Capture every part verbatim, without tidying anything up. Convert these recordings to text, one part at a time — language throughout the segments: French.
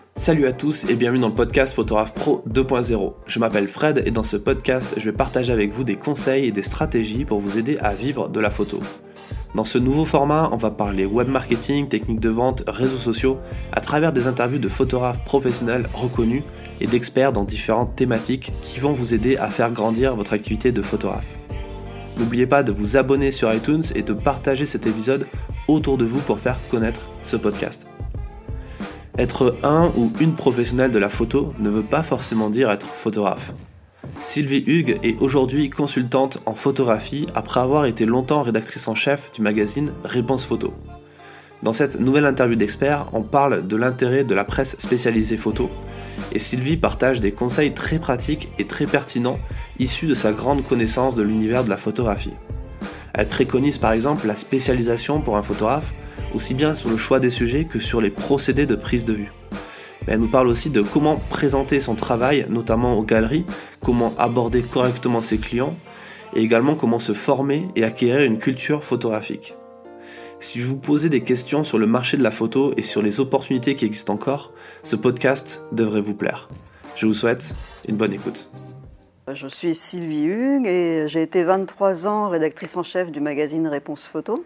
Salut à tous et bienvenue dans le podcast Photographe Pro deux point zéro. Je m'appelle Fred et dans ce podcast, je vais partager avec vous des conseils et des stratégies pour vous aider à vivre de la photo. Dans ce nouveau format, on va parler web marketing, techniques de vente, réseaux sociaux, à travers des interviews de photographes professionnels reconnus et d'experts dans différentes thématiques qui vont vous aider à faire grandir votre activité de photographe. N'oubliez pas de vous abonner sur iTunes et de partager cet épisode autour de vous pour faire connaître ce podcast. Être un ou une professionnelle de la photo ne veut pas forcément dire être photographe. Sylvie Hugues est aujourd'hui consultante en photographie après avoir été longtemps rédactrice en chef du magazine Réponse Photo. Dans cette nouvelle interview d'expert, on parle de l'intérêt de la presse spécialisée photo et Sylvie partage des conseils très pratiques et très pertinents issus de sa grande connaissance de l'univers de la photographie. Elle préconise par exemple la spécialisation pour un photographe, aussi bien sur le choix des sujets que sur les procédés de prise de vue. Mais elle nous parle aussi de comment présenter son travail, notamment aux galeries, comment aborder correctement ses clients, et également comment se former et acquérir une culture photographique. Si vous posez des questions sur le marché de la photo et sur les opportunités qui existent encore, ce podcast devrait vous plaire. Je vous souhaite une bonne écoute. Je suis Sylvie Hugues et j'ai été vingt-trois ans rédactrice en chef du magazine Réponse Photo.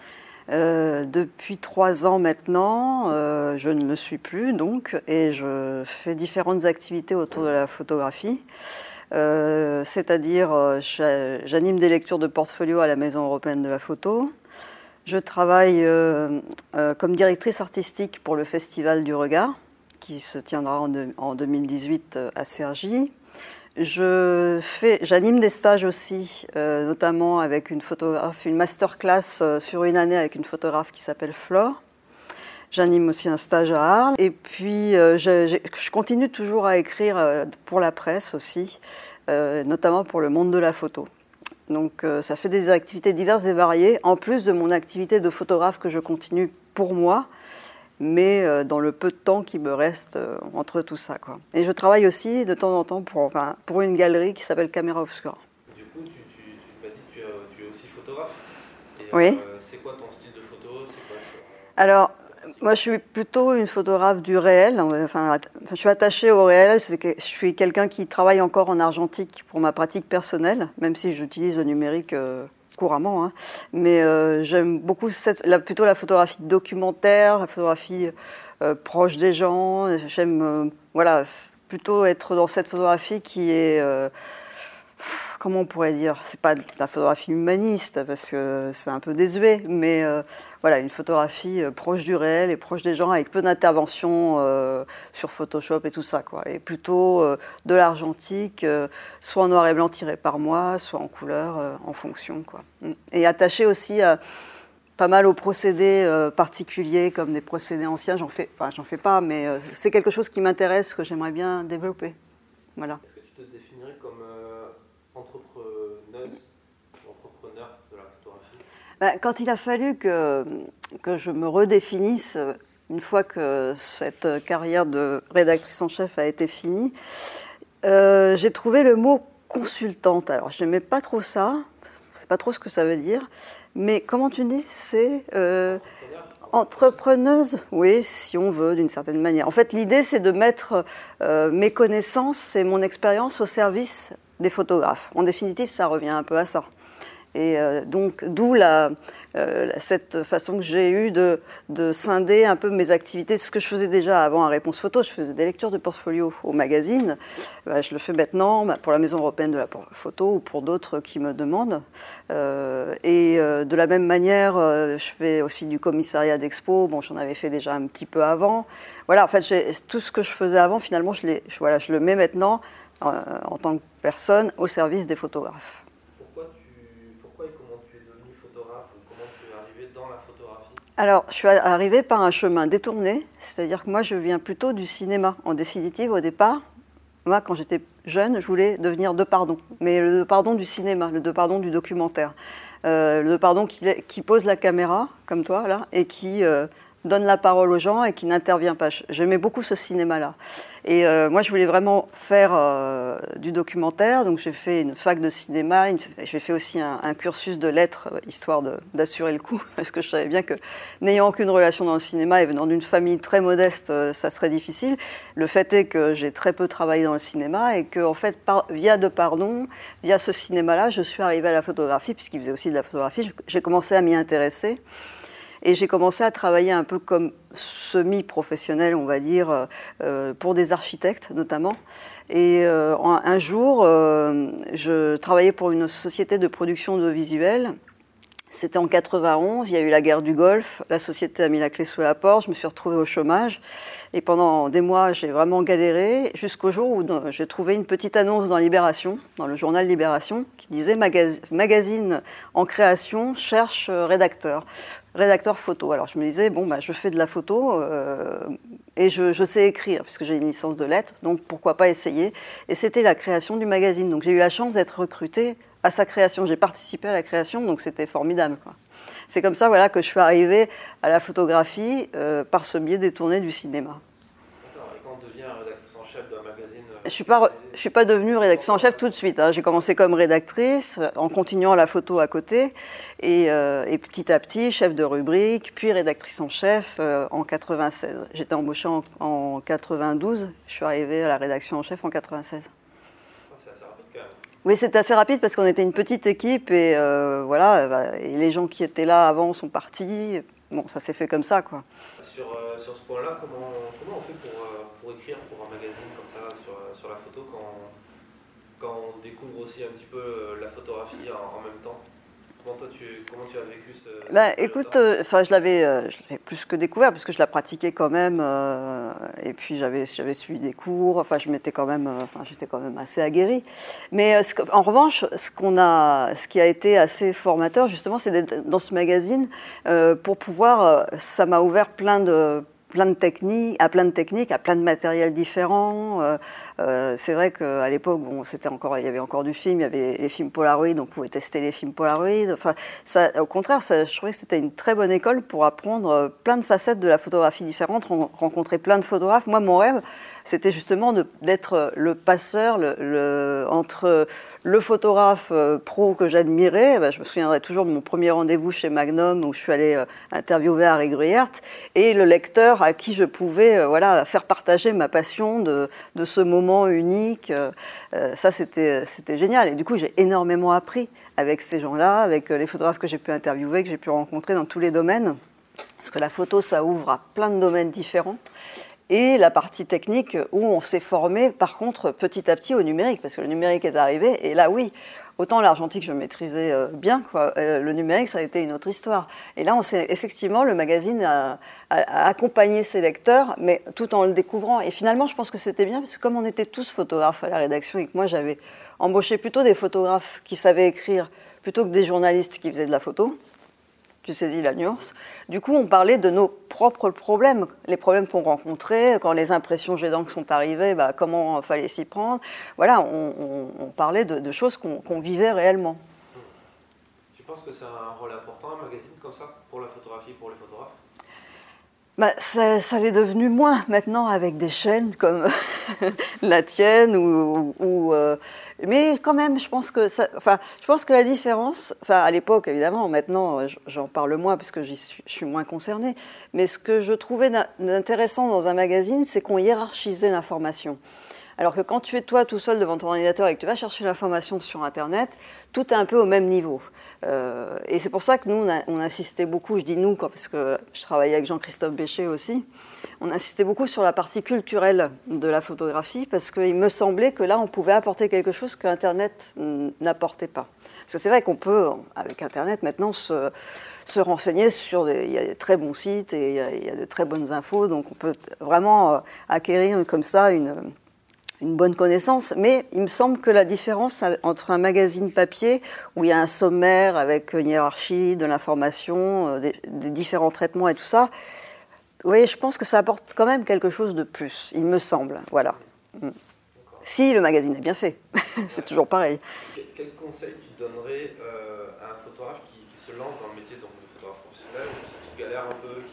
Euh, depuis trois ans maintenant, euh, je ne le suis plus donc, et je fais différentes activités autour de la photographie. Euh, c'est-à-dire, euh, j'anime des lectures de portfolio à la Maison européenne de la photo. Je travaille euh, euh, comme directrice artistique pour le Festival du Regard, qui se tiendra en, de, en deux mille dix-huit à Cergy. Je fais, j'anime des stages aussi, euh, notamment avec une photographe, une masterclass euh, sur une année avec une photographe qui s'appelle Flore. J'anime aussi un stage à Arles. Et puis, euh, je, je, je continue toujours à écrire euh, pour la presse aussi, euh, notamment pour le monde de la photo. Donc, euh, ça fait des activités diverses et variées, en plus de mon activité de photographe que je continue pour moi, mais euh, dans le peu de temps qui me reste euh, entre tout ça, quoi. Et je travaille aussi de temps en temps pour, enfin, pour une galerie qui s'appelle Caméra Obscura. Du coup, tu, tu, tu m'as dit que tu, euh, tu es aussi photographe. Et, oui. Euh, c'est quoi ton style de photo? C'est quoi, Alors, moi, je suis plutôt une photographe du réel. Enfin, je suis attachée au réel. C'est que je suis quelqu'un qui travaille encore en argentique pour ma pratique personnelle, même si j'utilise le numérique euh, couramment, hein. Mais euh, j'aime beaucoup cette, la, plutôt la photographie documentaire, la photographie euh, proche des gens. J'aime euh, voilà, plutôt être dans cette photographie qui est, euh, comment on pourrait dire, c'est pas de la photographie humaniste parce que c'est un peu désuet, mais euh, voilà, une photographie euh, proche du réel et proche des gens avec peu d'intervention euh, sur Photoshop et tout ça, quoi. Et plutôt euh, de l'argentique, euh, soit en noir et blanc tiré par moi, soit en couleur, euh, en fonction, quoi. Et attaché aussi à, pas mal aux procédés euh, particuliers, comme des procédés anciens. J'en fais, enfin, j'en fais pas, mais euh, c'est quelque chose qui m'intéresse, que j'aimerais bien développer. Voilà. Est-ce que tu te définirais comme euh, entrepreneuse ou entrepreneur de la photographie? Ben, quand il a fallu que, que je me redéfinisse, une fois que cette carrière de rédactrice en chef a été finie, euh, j'ai trouvé le mot consultante. Alors, je n'aimais pas trop ça, je ne sais pas trop ce que ça veut dire, mais comment tu dis, c'est euh, entrepreneuse, oui, si on veut, d'une certaine manière. En fait, l'idée, c'est de mettre euh, mes connaissances et mon expérience au service des photographes. En définitive, ça revient un peu à ça. Et euh, donc, d'où la, euh, cette façon que j'ai eue de, de scinder un peu mes activités. Ce que je faisais déjà avant à Réponse Photo, je faisais des lectures de portfolio au magazine. Bah, je le fais maintenant bah, pour la Maison européenne de la photo ou pour d'autres qui me demandent. Euh, et euh, de la même manière, euh, je fais aussi du commissariat d'expo. Bon, j'en avais fait déjà un petit peu avant. Voilà, en fait, j'ai, tout ce que je faisais avant, finalement, je, l'ai, je, voilà, je le mets maintenant euh, en tant que personne au service des photographes. Alors, je suis arrivée par un chemin détourné, c'est-à-dire que moi, je viens plutôt du cinéma. En définitive, au départ, moi, quand j'étais jeune, je voulais devenir Depardon, mais le Depardon du cinéma, le Depardon du documentaire. Euh, le Depardon qui, qui pose la caméra, comme toi, là, et qui euh, donne la parole aux gens et qui n'intervient pas. J'aimais beaucoup ce cinéma-là. Et euh, moi, je voulais vraiment faire euh, du documentaire. Donc, j'ai fait une fac de cinéma. Une... J'ai fait aussi un, un cursus de lettres, histoire de, d'assurer le coup. Parce que je savais bien que, n'ayant aucune relation dans le cinéma et venant d'une famille très modeste, euh, ça serait difficile. Le fait est que j'ai très peu travaillé dans le cinéma et que, en fait, par... via De Pardon, via ce cinéma-là, je suis arrivée à la photographie, puisqu'il faisait aussi de la photographie. J'ai commencé à m'y intéresser. Et j'ai commencé à travailler un peu comme semi-professionnel, on va dire, euh, pour des architectes notamment. Et euh, un jour, euh, je travaillais pour une société de production audiovisuelle. C'était en quatre-vingt-onze, il y a eu la guerre du Golfe, la société a mis la clé sous la porte, je me suis retrouvée au chômage. Et pendant des mois, j'ai vraiment galéré, jusqu'au jour où j'ai trouvé une petite annonce dans Libération, dans le journal Libération, qui disait Magaz- « Magazine en création cherche rédacteur ». Rédacteur photo. Alors je me disais, bon, bah, je fais de la photo euh, et je, je sais écrire, puisque j'ai une licence de lettres, donc pourquoi pas essayer. Et c'était la création du magazine. Donc j'ai eu la chance d'être recrutée à sa création. J'ai participé à la création, donc c'était formidable, quoi. C'est comme ça, voilà, que je suis arrivée à la photographie euh, par ce biais détourné du cinéma. D'accord. Et quand on devient rédactrice en chef d'un magazine... Je ne suis, pas, je suis pas devenue rédactrice en chef tout de suite. Hein. J'ai commencé comme rédactrice, en continuant la photo à côté. Et, euh, et petit à petit, chef de rubrique, puis rédactrice en chef euh, en quatre-vingt-seize. J'étais embauchée en, en quatre-vingt-douze. Je suis arrivée à la rédaction en chef en quatre-vingt-seize. C'est assez rapide quand même. Oui, c'était assez rapide parce qu'on était une petite équipe. Et euh, voilà, et les gens qui étaient là avant sont partis. Bon, ça s'est fait comme ça, quoi. Sur, euh, sur ce point-là, comment, comment on fait pour, euh, pour écrire pour un magazine comme ça sur, sur la photo quand, quand on découvre aussi un petit peu la photographie en, en même temps? Comment, toi, tu, comment tu as vécu ce... Ben, écoute, euh, je l'avais euh, je l'avais plus que découvert, parce que je la pratiquais quand même, euh, et puis j'avais j'avais suivi des cours, enfin je m'étais quand même, euh, enfin, j'étais quand même assez aguerrie. Mais euh, ce que, en revanche, ce, qu'on a, ce qui a été assez formateur, justement, c'est d'être dans ce magazine, euh, pour pouvoir, euh, ça m'a ouvert plein de... plein de techniques, à plein de techniques, à plein de matériels différents. Euh, euh, c'est vrai qu'à l'époque, bon, c'était encore, il y avait encore du film, il y avait les films Polaroid, donc on pouvait tester les films Polaroid. Enfin, ça, au contraire, ça, je trouvais que c'était une très bonne école pour apprendre plein de facettes de la photographie différente, rencontrer plein de photographes. Moi, mon rêve, c'était justement de, d'être le passeur le, le, entre le photographe euh, pro que j'admirais. Ben, je me souviendrai toujours de mon premier rendez-vous chez Magnum, où je suis allée euh, interviewer Harry Gruyert, et le lecteur à qui je pouvais euh, voilà, faire partager ma passion de, de ce moment unique. Euh, ça, c'était, c'était génial. Et du coup, j'ai énormément appris avec ces gens-là, avec euh, les photographes que j'ai pu interviewer, que j'ai pu rencontrer dans tous les domaines. Parce que la photo, ça ouvre à plein de domaines différents. Et la partie technique où on s'est formé, par contre, petit à petit au numérique, parce que le numérique est arrivé, et là, oui, autant l'argentique, je maîtrisais bien, quoi. Le numérique, ça a été une autre histoire. Et là, on s'est, effectivement, le magazine a, a, a accompagné ses lecteurs, mais tout en le découvrant. Et finalement, je pense que c'était bien, parce que comme on était tous photographes à la rédaction, et que moi, j'avais embauché plutôt des photographes qui savaient écrire, plutôt que des journalistes qui faisaient de la photo, tu sais dit la nuance. Du coup, on parlait de nos propres problèmes, les problèmes qu'on rencontrait, quand les impressions gênantes sont arrivées, bah, comment il fallait s'y prendre. Voilà, on, on, on parlait de, de choses qu'on, qu'on vivait réellement. Tu penses que c'est un rôle important, un magazine comme ça, pour la photographie, pour les photographes? Bah, ça, ça l'est devenu moins maintenant avec des chaînes comme la tienne ou, ou euh, mais quand même je pense que ça, enfin je pense que la différence, enfin à l'époque évidemment, maintenant j'en parle moins parce que j'y suis, je suis moins concernée, mais ce que je trouvais d'intéressant dans un magazine, c'est qu'on hiérarchisait l'information. Alors que quand tu es toi tout seul devant ton ordinateur et que tu vas chercher l'information sur Internet, tout est un peu au même niveau. Euh, et c'est pour ça que nous, on, a, on insistait beaucoup, je dis nous, quoi, parce que je travaillais avec Jean-Christophe Béchet aussi, on insistait beaucoup sur la partie culturelle de la photographie, parce qu'il me semblait que là, on pouvait apporter quelque chose que Internet n'apportait pas. Parce que c'est vrai qu'on peut, avec Internet, maintenant, se... se renseigner sur des, il y a des très bons sites et il y a, il y a de très bonnes infos, donc on peut vraiment euh, acquérir comme ça une... une bonne connaissance, mais il me semble que la différence entre un magazine papier, où il y a un sommaire avec une hiérarchie, de l'information, des, des différents traitements et tout ça, oui, je pense que ça apporte quand même quelque chose de plus, il me semble, voilà. D'accord. Si le magazine est bien fait, c'est toujours pareil. Quel conseil tu donnerais euh, à un photographe qui, qui se lance dans le métier donc, de photographe professionnel, qui galère un peu, qui ne sait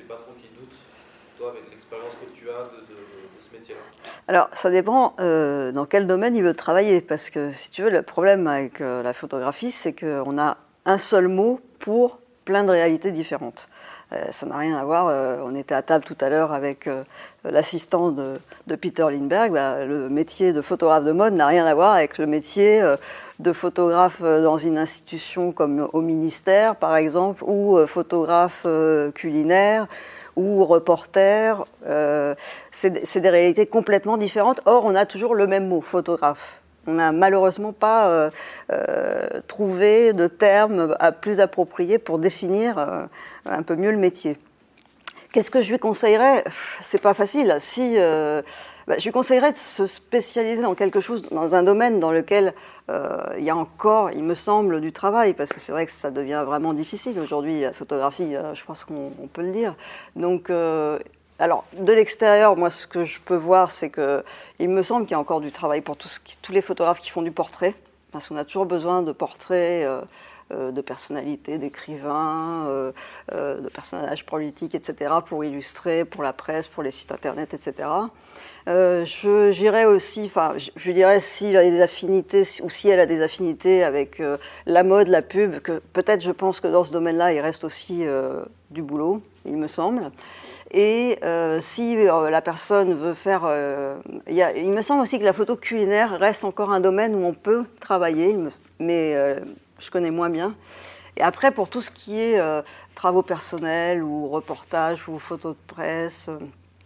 pas trop qui doutent, toi, avec l'expérience que tu as de, de, de ce métier-là? Alors, ça dépend euh, dans quel domaine il veut travailler, parce que, si tu veux, le problème avec euh, la photographie, c'est qu'on a un seul mot pour plein de réalités différentes. Euh, ça n'a rien à voir, euh, on était à table tout à l'heure avec euh, l'assistant de, de Peter Lindbergh, bah, le métier de photographe de mode n'a rien à voir avec le métier euh, de photographe dans une institution comme au ministère, par exemple, ou euh, photographe euh, culinaire, ou reporter. Euh, c'est, c'est des réalités complètement différentes. Or, on a toujours le même mot, photographe. On n'a malheureusement pas euh, euh, trouvé de terme plus approprié pour définir euh, un peu mieux le métier. Qu'est-ce que je lui conseillerais? C'est pas facile. Si, euh, bah, je lui conseillerais de se spécialiser dans quelque chose, dans un domaine dans lequel euh, il y a encore, il me semble, du travail, parce que c'est vrai que ça devient vraiment difficile aujourd'hui, la photographie, je pense qu'on on peut le dire. Donc, euh, alors, de l'extérieur, moi, ce que je peux voir, c'est qu'il me semble qu'il y a encore du travail pour tous, tous les photographes qui font du portrait, parce qu'on a toujours besoin de portraits, euh, euh, de personnalités, d'écrivains, euh, euh, de personnages politiques, et cetera, pour illustrer, pour la presse, pour les sites internet, et cetera. Euh, je j'irais aussi, enfin, je, je dirais s'il a des affinités, ou si elle a des affinités avec euh, la mode, la pub, que peut-être, je pense que dans ce domaine-là, il reste aussi euh, du boulot, il me semble. Et euh, si euh, la personne veut faire... Euh, y a, il me semble aussi que la photo culinaire reste encore un domaine où on peut travailler, mais euh, je connais moins bien. Et après, pour tout ce qui est euh, travaux personnels ou reportages ou photos de presse, euh,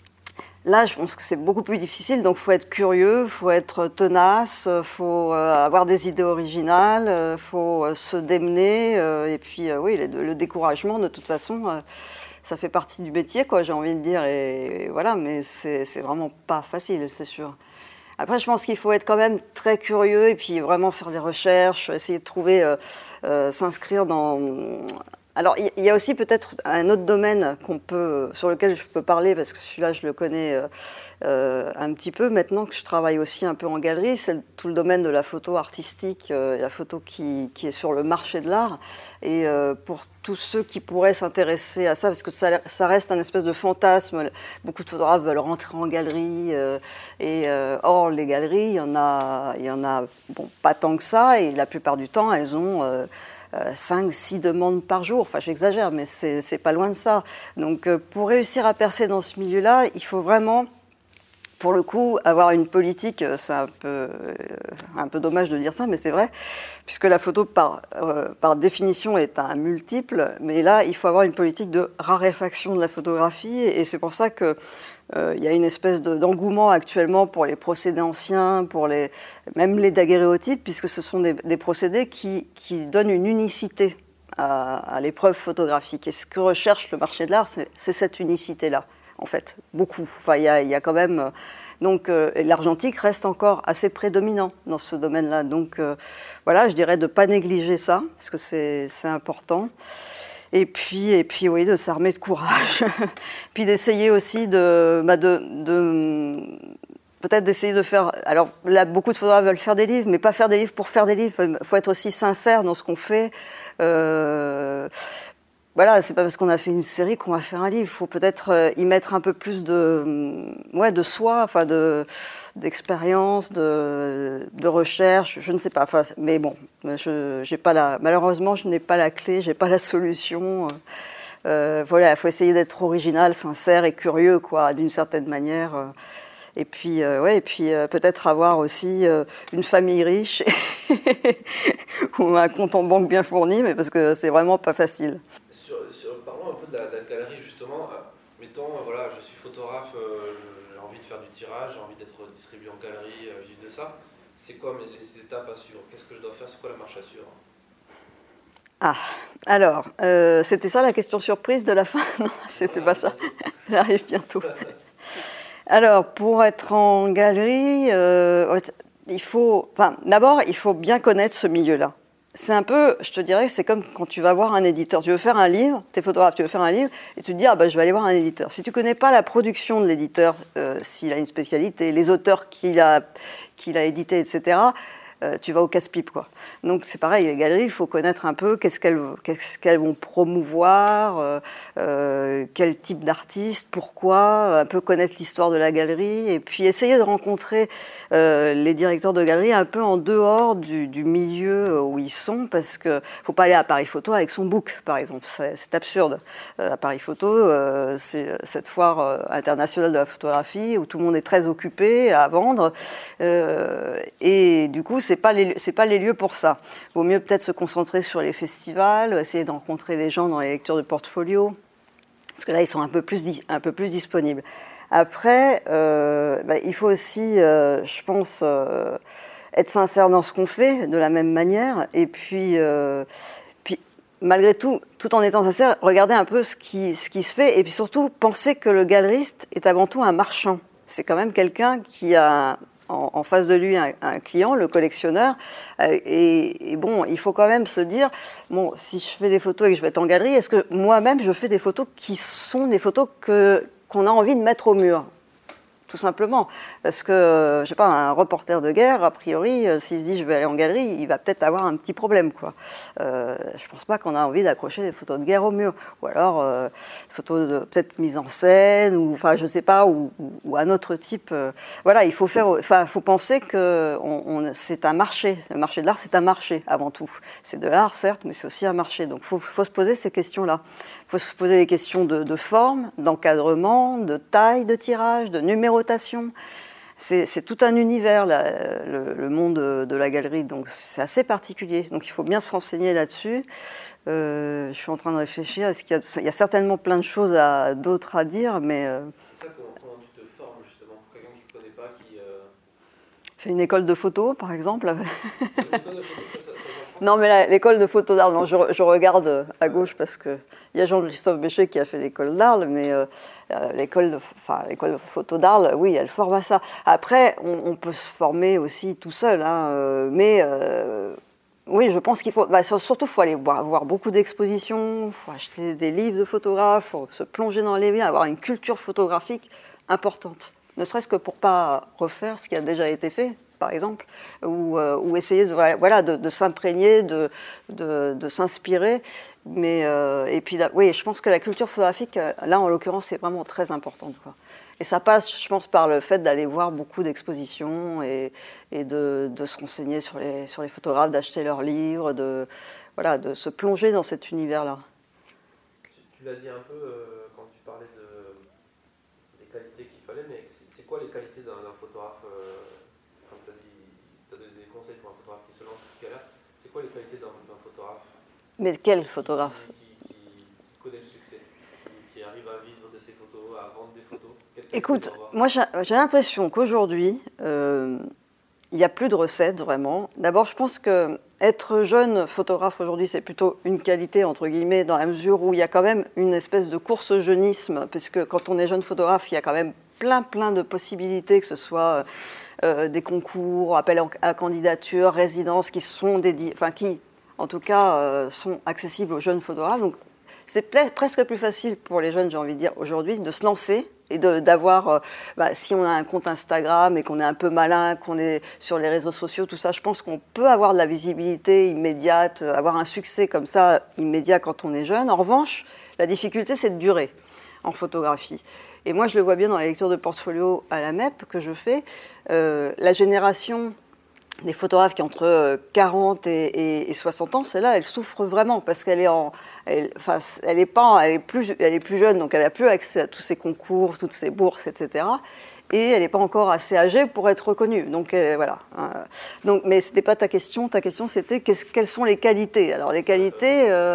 là, je pense que c'est beaucoup plus difficile. Donc, il faut être curieux, il faut être tenace, il faut euh, avoir des idées originales, il euh, faut euh, se démener. Euh, et puis, euh, oui, le, le découragement, de toute façon... Euh, ça fait partie du métier, quoi, j'ai envie de dire, et, et voilà, mais c'est, c'est vraiment pas facile, c'est sûr. Après, je pense qu'il faut être quand même très curieux et puis vraiment faire des recherches, essayer de trouver, euh, euh, s'inscrire dans... Alors, il y a aussi peut-être un autre domaine qu'on peut, sur lequel je peux parler, parce que celui-là, je le connais euh, euh, un petit peu maintenant que je travaille aussi un peu en galerie, c'est tout le domaine de la photo artistique, euh, la photo qui, qui est sur le marché de l'art. Et euh, pour tous ceux qui pourraient s'intéresser à ça, parce que ça, ça reste un espèce de fantasme, beaucoup de photographes veulent rentrer en galerie, euh, et euh, or, les galeries, il y en a, il y en a bon, pas tant que ça, et la plupart du temps, elles ont... Euh, cinq six demandes par jour, enfin j'exagère, mais c'est, c'est pas loin de ça. Donc euh, pour réussir à percer dans ce milieu-là, il faut vraiment, pour le coup, avoir une politique, c'est un peu, euh, un peu dommage de dire ça, mais c'est vrai, puisque la photo par, euh, par définition est un multiple, mais là il faut avoir une politique de raréfaction de la photographie, et c'est pour ça que Euh, il y a une espèce de, d'engouement actuellement pour les procédés anciens, pour les, même les daguerréotypes, puisque ce sont des, des procédés qui, qui donnent une unicité à, à l'épreuve photographique. Et ce que recherche le marché de l'art, c'est, c'est cette unicité-là, en fait, beaucoup. Enfin, il y a, il y a quand même... Donc, euh, l'argentique reste encore assez prédominant dans ce domaine-là. Donc, euh, voilà, je dirais de ne pas négliger ça, parce que c'est, c'est important. Et puis, et puis, oui, de s'armer de courage. Puis d'essayer aussi de, bah de, de, peut-être d'essayer de faire. Alors là, beaucoup de photographes veulent faire des livres, mais pas faire des livres pour faire des livres. Il faut être aussi sincère dans ce qu'on fait. Euh, voilà, c'est pas parce qu'on a fait une série qu'on va faire un livre. Il faut peut-être y mettre un peu plus de, ouais, de soi, enfin de, d'expérience, de, de recherche. Je ne sais pas. Enfin, mais bon, je, j'ai pas la. Malheureusement, je n'ai pas la clé, j'ai pas la solution. Euh, voilà, il faut essayer d'être original, sincère et curieux, quoi, d'une certaine manière. Et puis, euh, ouais, et puis euh, peut-être avoir aussi euh, une famille riche ou un compte en banque bien fourni, mais parce que c'est vraiment pas facile. Sur, sur, parlons un peu de la, de la galerie, justement. Euh, mettons, euh, voilà, je suis photographe, euh, j'ai envie de faire du tirage, j'ai envie d'être distribué en galerie, euh, vivre de ça. C'est quoi les, les étapes à suivre? Qu'est-ce que je dois faire? C'est quoi la marche à suivre? Ah, alors, euh, c'était ça la question surprise de la fin? Non, c'était pas ça. Elle arrive bientôt. Alors, pour être en galerie, euh, il faut, enfin, d'abord, il faut bien connaître ce milieu-là. C'est un peu, je te dirais, c'est comme quand tu vas voir un éditeur. Tu veux faire un livre, tu es photographe, tu veux faire un livre, et tu te dis, ah ben, je vais aller voir un éditeur. Si tu ne connais pas la production de l'éditeur, euh, s'il a une spécialité, les auteurs qu'il a, qu'il a édités, et cetera, euh, tu vas au casse-pipe, quoi. Donc c'est pareil, les galeries, il faut connaître un peu qu'est-ce qu'elles, qu'est-ce qu'elles vont promouvoir, euh, euh, quel type d'artiste, pourquoi, un peu connaître l'histoire de la galerie, et puis essayer de rencontrer euh, les directeurs de galeries un peu en dehors du, du milieu où ils sont, parce qu'il ne faut pas aller à Paris Photo avec son book, par exemple. C'est, c'est absurde. Euh, à Paris Photo, euh, c'est cette foire euh, internationale de la photographie où tout le monde est très occupé à vendre. Euh, et du coup, ce n'est pas, pas les lieux pour ça. Il vaut mieux peut-être se concentrer sur les festivals, essayer de rencontrer les gens dans les lectures de portfolio, parce que là, ils sont un peu plus, un peu plus disponibles. Après, euh, bah, il faut aussi, euh, je pense, euh, être sincère dans ce qu'on fait, de la même manière, et puis, euh, puis malgré tout, tout en étant sincère, regarder un peu ce qui, ce qui se fait, et puis surtout penser que le galeriste est avant tout un marchand. C'est quand même quelqu'un qui a en, en face de lui un, un client, le collectionneur, euh, et, et bon, il faut quand même se dire, bon, si je fais des photos et que je vais être en galerie, est-ce que moi-même je fais des photos qui sont des photos que, qu'on a envie de mettre au mur ? Tout simplement, parce que, je sais pas, un reporter de guerre, a priori, euh, s'il se dit je vais aller en galerie, il va peut-être avoir un petit problème, quoi. Euh, je pense pas qu'on a envie d'accrocher des photos de guerre au mur, ou alors euh, des photos de peut-être mise en scène, ou enfin je sais pas, ou, ou, ou un autre type. Euh, voilà, il faut faire, enfin, faut penser que on, on, c'est un marché. Le marché de l'art, c'est un marché avant tout. C'est de l'art, certes, mais c'est aussi un marché. Donc, faut, faut se poser ces questions-là. Il faut se poser des questions de, de forme, d'encadrement, de taille de tirage, de numérotation. C'est, c'est tout un univers, là, le, le monde de, de la galerie, donc c'est assez particulier. Donc il faut bien se renseigner là-dessus. Euh, je suis en train de réfléchir. Est-ce qu'il y a, il y a certainement plein de choses à, d'autres à dire, mais... Euh, c'est ça, comment, comment tu te formes, justement, pour quelqu'un qui ne connaît pas, qui... Euh... Fait une école de photo, par exemple. Une école de photo, ça, ça, ça Non, mais là, l'école de photo d'Arles, non, je, je regarde à gauche parce qu'il y a Jean-Christophe Béchet qui a fait l'école d'Arles, mais euh, l'école, de, enfin, l'école de photo d'Arles, oui, elle forme à ça. Après, on, on peut se former aussi tout seul, hein, euh, mais euh, oui, je pense qu'il faut, bah, surtout, il faut aller voir, voir beaucoup d'expositions, il faut acheter des livres de photographes, il faut se plonger dans les liens, avoir une culture photographique importante, ne serait-ce que pour ne pas refaire ce qui a déjà été fait, par exemple, ou, euh, ou essayer de, voilà, de, de s'imprégner, de, de, de s'inspirer. Mais, euh, et puis, oui, je pense que la culture photographique, là, en l'occurrence, c'est vraiment très importante, quoi. Et ça passe, je pense, par le fait d'aller voir beaucoup d'expositions et, et de, de se renseigner sur les, sur les photographes, d'acheter leurs livres, de, voilà, de se plonger dans cet univers-là. Tu, tu l'as dit un peu euh, quand tu parlais de, des qualités qu'il fallait, mais c'est, c'est quoi les qualités d'un, d'un photographe euh, quand tu as dit, tu as donné des conseils pour un photographe qui se lance tout à l'heure, c'est quoi les qualités d'un, d'un photographe? Mais quel photographe? Qui, qui, qui connaît le succès, qui, qui arrive à vivre de ses photos, à vendre des photos. Écoute, moi j'ai, j'ai l'impression qu'aujourd'hui, euh, il n'y a plus de recettes vraiment. D'abord, je pense que être jeune photographe aujourd'hui, c'est plutôt une qualité, entre guillemets, dans la mesure où il y a quand même une espèce de course au jeunisme, puisque quand on est jeune photographe, il y a quand même plein, plein de possibilités, que ce soit euh, des concours, appels à candidature, résidences, qui sont dédiées, enfin qui, en tout cas, euh, sont accessibles aux jeunes photographes. Donc, c'est pla- presque plus facile pour les jeunes, j'ai envie de dire, aujourd'hui, de se lancer et de, d'avoir, euh, bah, si on a un compte Instagram et qu'on est un peu malin, qu'on est sur les réseaux sociaux, tout ça, je pense qu'on peut avoir de la visibilité immédiate, avoir un succès comme ça immédiat quand on est jeune. En revanche, la difficulté, c'est de durer en photographie. Et moi, je le vois bien dans la lecture de portfolio à la M E P que je fais. Euh, la génération des photographes qui ont entre quarante et, et, et soixante ans, celle-là, elle souffre vraiment parce qu'elle est en, elle, enfin, elle est pas, elle est plus, elle est plus jeune, donc elle a plus accès à tous ces concours, toutes ces bourses, et cetera. Et elle n'est pas encore assez âgée pour être reconnue. Donc euh, voilà. Donc, mais c'était pas ta question. Ta question, c'était quelles sont les qualités. Alors les qualités, euh,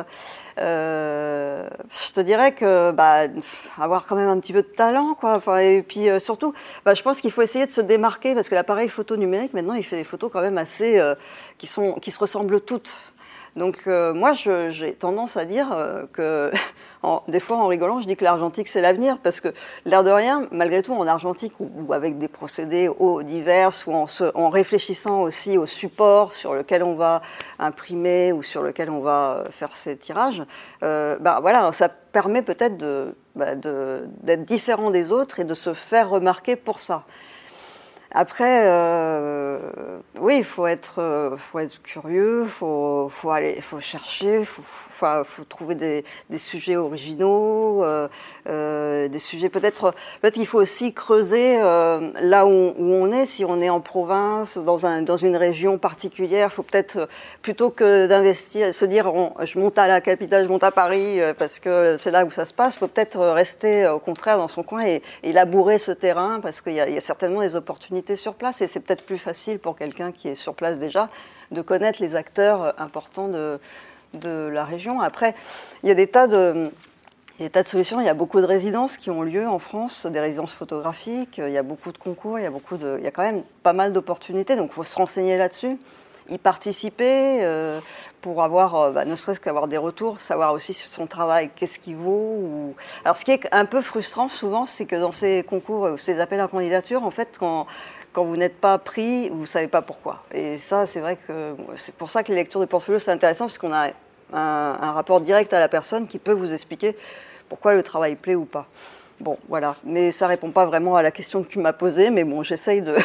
euh, je te dirais que bah, avoir quand même un petit peu de talent, quoi. Enfin, et puis euh, surtout, bah, je pense qu'il faut essayer de se démarquer parce que l'appareil photo numérique maintenant, il fait des photos quand même assez euh, qui sont, qui se ressemblent toutes. Donc euh, moi, je, j'ai tendance à dire euh, que, en, des fois en rigolant, je dis que l'argentique c'est l'avenir, parce que l'air de rien, malgré tout, en argentique ou, ou avec des procédés oh, divers, ou en, se, en réfléchissant aussi au support sur lequel on va imprimer ou sur lequel on va faire ces tirages, euh, ben voilà, ça permet peut-être de, ben de, d'être différent des autres et de se faire remarquer pour ça. Après, euh, oui, il faut être, euh, faut être curieux, il faut, faut, aller, faut chercher, il faut, faut, faut trouver des, des sujets originaux, euh, euh, des sujets peut-être... Peut-être qu'il faut aussi creuser euh, là où, où on est, si on est en province, dans, un, dans une région particulière, il faut peut-être, plutôt que d'investir, se dire on, je monte à la capitale, je monte à Paris, euh, parce que c'est là où ça se passe, il faut peut-être rester au contraire dans son coin et, et labourer ce terrain, parce qu'il y a, il y a certainement des opportunités sur place et c'est peut-être plus facile pour quelqu'un qui est sur place déjà de connaître les acteurs importants de, de la région. Après, il y a des tas de, il y a des tas de solutions. Il y a beaucoup de résidences qui ont lieu en France, des résidences photographiques. Il y a beaucoup de concours. Il y a beaucoup de, il y a quand même pas mal d'opportunités. Donc, il faut se renseigner là-dessus, y participer euh, pour avoir, euh, bah, ne serait-ce qu'avoir des retours, savoir aussi sur son travail, qu'est-ce qu'il vaut. Ou... Alors, ce qui est un peu frustrant souvent, c'est que dans ces concours ou ces appels à candidature, en fait, quand, quand vous n'êtes pas pris, vous ne savez pas pourquoi. Et ça, c'est vrai que c'est pour ça que les lectures de portfolio, c'est intéressant, parce qu'on a un, un rapport direct à la personne qui peut vous expliquer pourquoi le travail plaît ou pas. Bon, voilà. Mais ça ne répond pas vraiment à la question que tu m'as posée, mais bon, j'essaye de...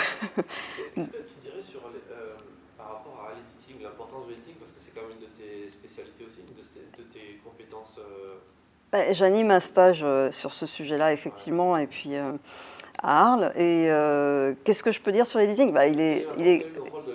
Ben, j'anime un stage euh, sur ce sujet-là, effectivement, et puis euh, à Arles. Et euh, qu'est-ce que je peux dire sur l'editing? Ben, il est, il est...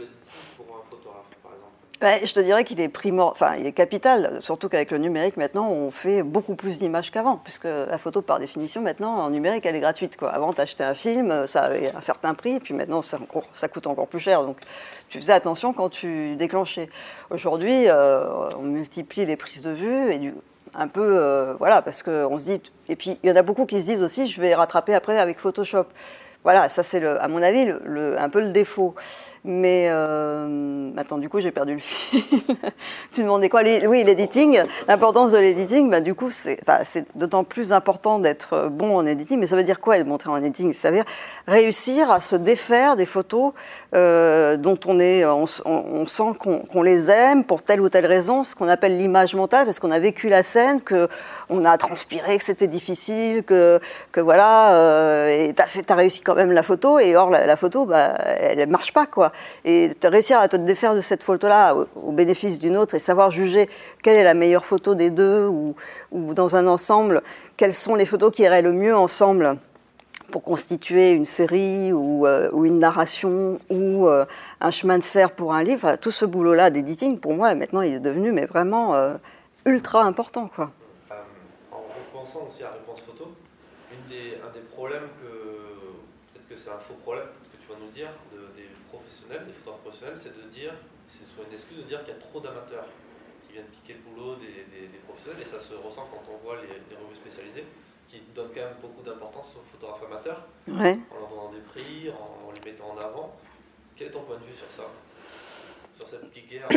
Ben, je te dirais qu'il est primor... enfin, il est capital, surtout qu'avec le numérique, maintenant, on fait beaucoup plus d'images qu'avant, puisque la photo, par définition, maintenant, en numérique, elle est gratuite, quoi. Avant, tu achetais un film, ça avait un certain prix, et puis maintenant, ça, encore, ça coûte encore plus cher. Donc, tu faisais attention quand tu déclenchais. Aujourd'hui, euh, on multiplie les prises de vue, et du un peu, euh, voilà, parce qu'on se dit... Et puis, il y en a beaucoup qui se disent aussi, je vais rattraper après avec Photoshop. Voilà, ça c'est, le, à mon avis, le, le, un peu le défaut. Mais, euh, attends, du coup, j'ai perdu le fil. Tu demandais quoi? Les, oui, l'editing, l'importance de l'editing, bah, du coup, c'est, enfin, c'est d'autant plus important d'être bon en editing. Mais ça veut dire quoi, être montré en editing? Ça veut dire réussir à se défaire des photos euh, dont on, est, on, on sent qu'on, qu'on les aime pour telle ou telle raison, ce qu'on appelle l'image mentale, parce qu'on a vécu la scène, qu'on a transpiré, que c'était difficile, que, que voilà, euh, et t'as, fait, t'as réussi quand même la photo, et or, la, la photo, bah, elle ne marche pas, quoi. Et réussir à te défaire de cette photo-là au, au bénéfice d'une autre et savoir juger quelle est la meilleure photo des deux ou, ou dans un ensemble, quelles sont les photos qui iraient le mieux ensemble pour constituer une série ou, euh, ou une narration ou euh, un chemin de fer pour un livre. Enfin, tout ce boulot-là d'editing, pour moi, maintenant, il est devenu mais vraiment euh, ultra important, quoi. Euh, en repensant aussi à Réponse Photo, une des, un des problèmes que, peut-être que c'est un faux problème, que tu vas nous dire, de, des professionnels, des photographes professionnels, c'est de dire, c'est soit une excuse de dire qu'il y a trop d'amateurs qui viennent piquer le boulot des, des, des professionnels, et ça se ressent quand on voit les, les revues spécialisées, qui donnent quand même beaucoup d'importance aux photographes amateurs, ouais. En leur donnant des prix, en, en les mettant en avant. Quel est ton point de vue sur ça? Sur cette petite guerre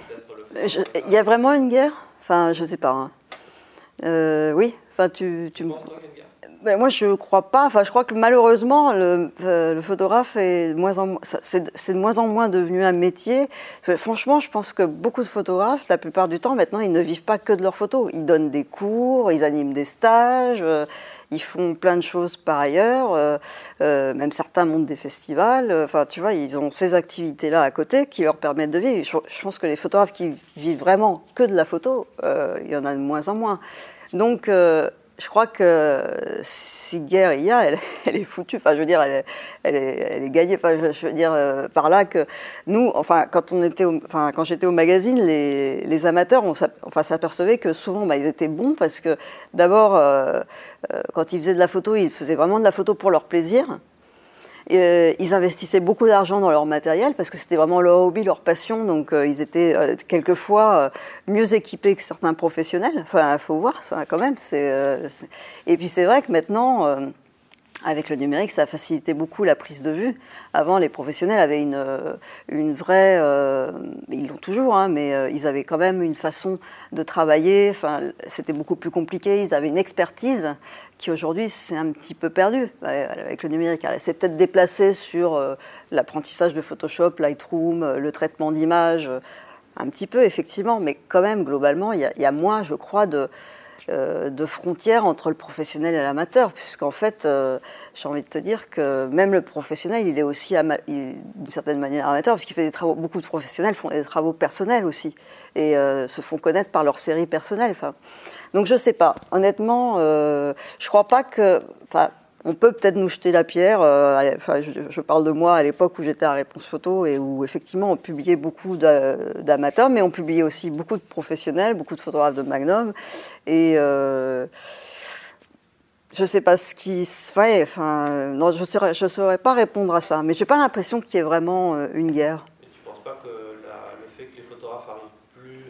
Il y a vraiment une guerre? Enfin, je sais pas. Hein. Euh, oui, enfin, tu... tu, tu penses, toi, qu'il y a une guerre? Ben, moi, je ne crois pas. Enfin, je crois que malheureusement, le, euh, le photographe est de moins en, c'est, c'est de moins en moins devenu un métier. Parce que, franchement, je pense que beaucoup de photographes, la plupart du temps, maintenant, ils ne vivent pas que de leurs photos. Ils donnent des cours, ils animent des stages, euh, ils font plein de choses par ailleurs. Euh, euh, même certains montent des festivals. Enfin, tu vois, ils ont ces activités-là à côté qui leur permettent de vivre. Je, je pense que les photographes qui vivent vraiment que de la photo, euh, il y en a de moins en moins. Donc... Euh, je crois que si guerre il y a, elle, elle est foutue. Enfin, je veux dire, elle est, elle est, elle est gagnée. Enfin, je, je veux dire euh, par là que nous, enfin, quand on était, au, enfin, quand j'étais au magazine, les, les amateurs, on enfin, s'apercevait que souvent, bah, ils étaient bons parce que d'abord, euh, euh, quand ils faisaient de la photo, ils faisaient vraiment de la photo pour leur plaisir. Et, euh, ils investissaient beaucoup d'argent dans leur matériel parce que c'était vraiment leur hobby, leur passion. Donc, euh, ils étaient euh, quelquefois euh, mieux équipés que certains professionnels. Enfin, il faut voir ça quand même. C'est, euh, c'est... Et puis, c'est vrai que maintenant, euh, avec le numérique, ça a facilité beaucoup la prise de vue. Avant, les professionnels avaient une, une vraie... Euh, ils l'ont toujours, hein, mais euh, ils avaient quand même une façon de travailler. Enfin, c'était beaucoup plus compliqué. Ils avaient une expertise qui, aujourd'hui, c'est un petit peu perdu avec le numérique. Elle s'est peut-être déplacée sur euh, l'apprentissage de Photoshop, Lightroom, le traitement d'images, un petit peu, effectivement. Mais quand même, globalement, il y a, il y a moins, je crois, de... euh, de frontière entre le professionnel et l'amateur, puisqu'en fait, euh, j'ai envie de te dire que même le professionnel, il est aussi ama- il, d'une certaine manière amateur, parce qu'il fait des travaux. Beaucoup de professionnels font des travaux personnels aussi, et euh, se font connaître par leur série personnelle. Enfin, donc je sais pas. Honnêtement, euh, je crois pas que. Enfin, on peut peut-être nous jeter la pierre. Euh, enfin, je, je parle de moi à l'époque où j'étais à Réponse Photo et où effectivement on publiait beaucoup d'amateurs, mais on publiait aussi beaucoup de professionnels, beaucoup de photographes de Magnum. Et euh, je sais pas ce qui, ouais, enfin, non, je saurais, je saurais pas répondre à ça. Mais j'ai pas l'impression qu'il y ait vraiment euh, une guerre. Et tu penses pas que la, le fait que les photographes arrivent plus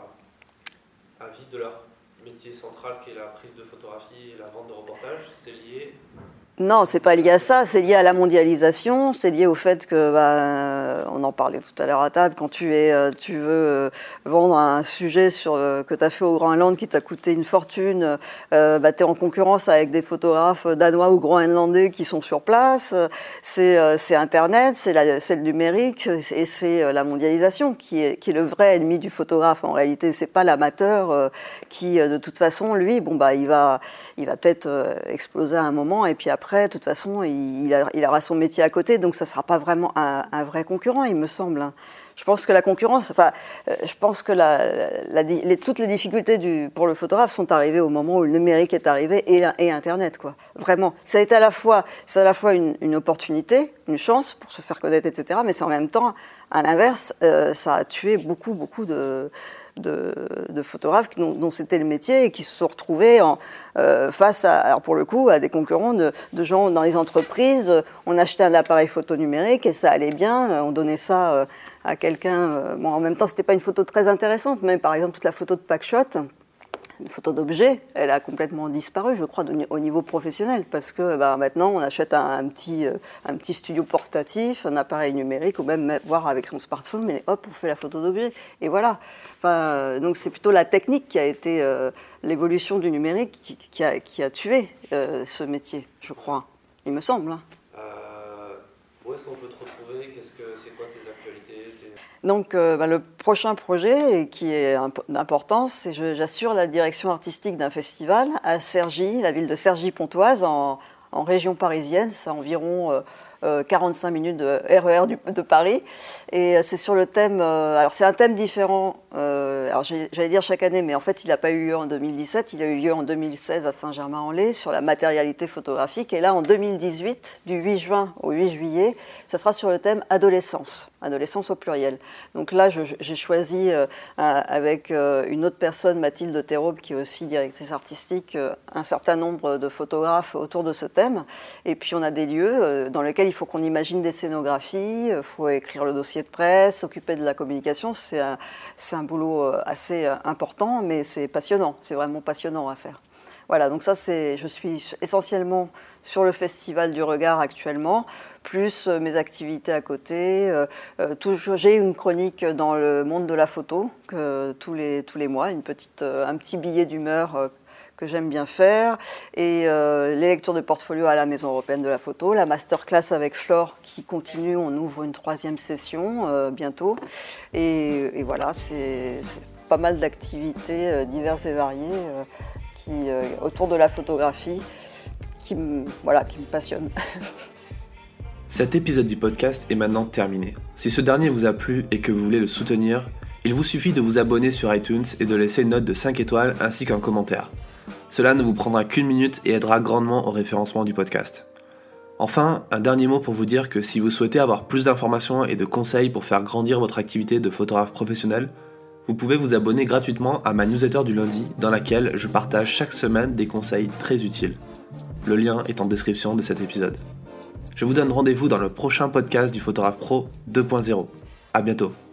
à, à vivre de leur métier central qui est la prise de photographie et la vente de reportages, c'est lié? Non, c'est pas lié à ça, c'est lié à la mondialisation, c'est lié au fait que, bah, on en parlait tout à l'heure à table, quand tu, es, tu veux vendre un sujet sur, que tu as fait au Groenland qui t'a coûté une fortune, euh, bah, tu es en concurrence avec des photographes danois ou groenlandais qui sont sur place, c'est, c'est Internet, c'est, la, c'est le numérique, et c'est la mondialisation qui est, qui est le vrai ennemi du photographe en réalité, c'est pas l'amateur euh, qui, de toute façon, lui, bon, bah, il va, il va peut-être euh, exploser à un moment, et puis après, Après, de toute façon, il, a, il aura son métier à côté, donc ça ne sera pas vraiment un, un vrai concurrent, il me semble. Je pense que la concurrence, enfin, je pense que la, la, les, toutes les difficultés du, pour le photographe sont arrivées au moment où le numérique est arrivé et, et Internet, quoi. Vraiment, ça a été à la fois, c'est à la fois une, une opportunité, une chance pour se faire connaître, et cetera. Mais c'est en même temps, à l'inverse, euh, ça a tué beaucoup, beaucoup de De, de photographes dont, dont c'était le métier et qui se sont retrouvés en, euh, face à, alors pour le coup, à des concurrents de, de gens dans les entreprises. On achetait un appareil photo numérique et ça allait bien. On donnait ça euh, à quelqu'un. Euh, bon, en même temps, c'était pas une photo très intéressante, mais par exemple toute la photo de Packshot, une photo d'objet, elle a complètement disparu, je crois, au niveau professionnel, parce que bah, maintenant, on achète un, un, petit, un petit studio portatif, un appareil numérique, ou même voir avec son smartphone, mais hop, on fait la photo d'objet, et voilà. Enfin, donc c'est plutôt la technique qui a été euh, l'évolution du numérique qui, qui, a, qui a tué euh, ce métier, je crois, il me semble. Hein. Euh, où est-ce qu'on peut te retrouver? Qu'est-ce que, c'est quoi tes actualités? tes... Donc euh, bah, le prochain projet qui est d'importance, c'est que j'assure la direction artistique d'un festival à Cergy, la ville de Cergy-Pontoise, en, en région parisienne. C'est environ euh, euh, quarante-cinq minutes de R E R du, de Paris. Et euh, c'est sur le thème... Euh, alors c'est un thème différent, euh, alors j'allais dire chaque année, mais en fait il n'a pas eu lieu en deux mille dix-sept, il a eu lieu en deux mille seize à Saint-Germain-en-Laye sur la matérialité photographique. Et là en deux mille dix-huit, du huit juin au huit juillet, ça sera sur le thème adolescence. Adolescence au pluriel. Donc là, je, j'ai choisi euh, avec euh, une autre personne, Mathilde Théraube, qui est aussi directrice artistique, euh, un certain nombre de photographes autour de ce thème. Et puis on a des lieux euh, dans lesquels il faut qu'on imagine des scénographies, il euh, faut écrire le dossier de presse, s'occuper de la communication. C'est un, c'est un boulot euh, assez euh, important, mais c'est passionnant. C'est vraiment passionnant à faire. Voilà, donc ça, c'est, je suis essentiellement sur le Festival du Regard actuellement, plus euh, mes activités à côté. Euh, euh, toujours, j'ai une chronique dans le Monde de la photo que, tous, les, tous les mois, une petite, euh, un petit billet d'humeur euh, que j'aime bien faire, et euh, les lectures de portfolio à la Maison européenne de la photo, la masterclass avec Flore qui continue, on ouvre une troisième session euh, bientôt, et, et voilà, c'est, c'est pas mal d'activités euh, diverses et variées euh, qui, euh, autour de la photographie qui me, voilà, qui me passionnent. Cet épisode du podcast est maintenant terminé. Si ce dernier vous a plu et que vous voulez le soutenir, il vous suffit de vous abonner sur iTunes et de laisser une note de cinq étoiles ainsi qu'un commentaire. Cela ne vous prendra qu'une minute et aidera grandement au référencement du podcast. Enfin, un dernier mot pour vous dire que si vous souhaitez avoir plus d'informations et de conseils pour faire grandir votre activité de photographe professionnel, vous pouvez vous abonner gratuitement à ma newsletter du lundi dans laquelle je partage chaque semaine des conseils très utiles. Le lien est en description de cet épisode. Je vous donne rendez-vous dans le prochain podcast du Photographe Pro deux point zéro. À bientôt.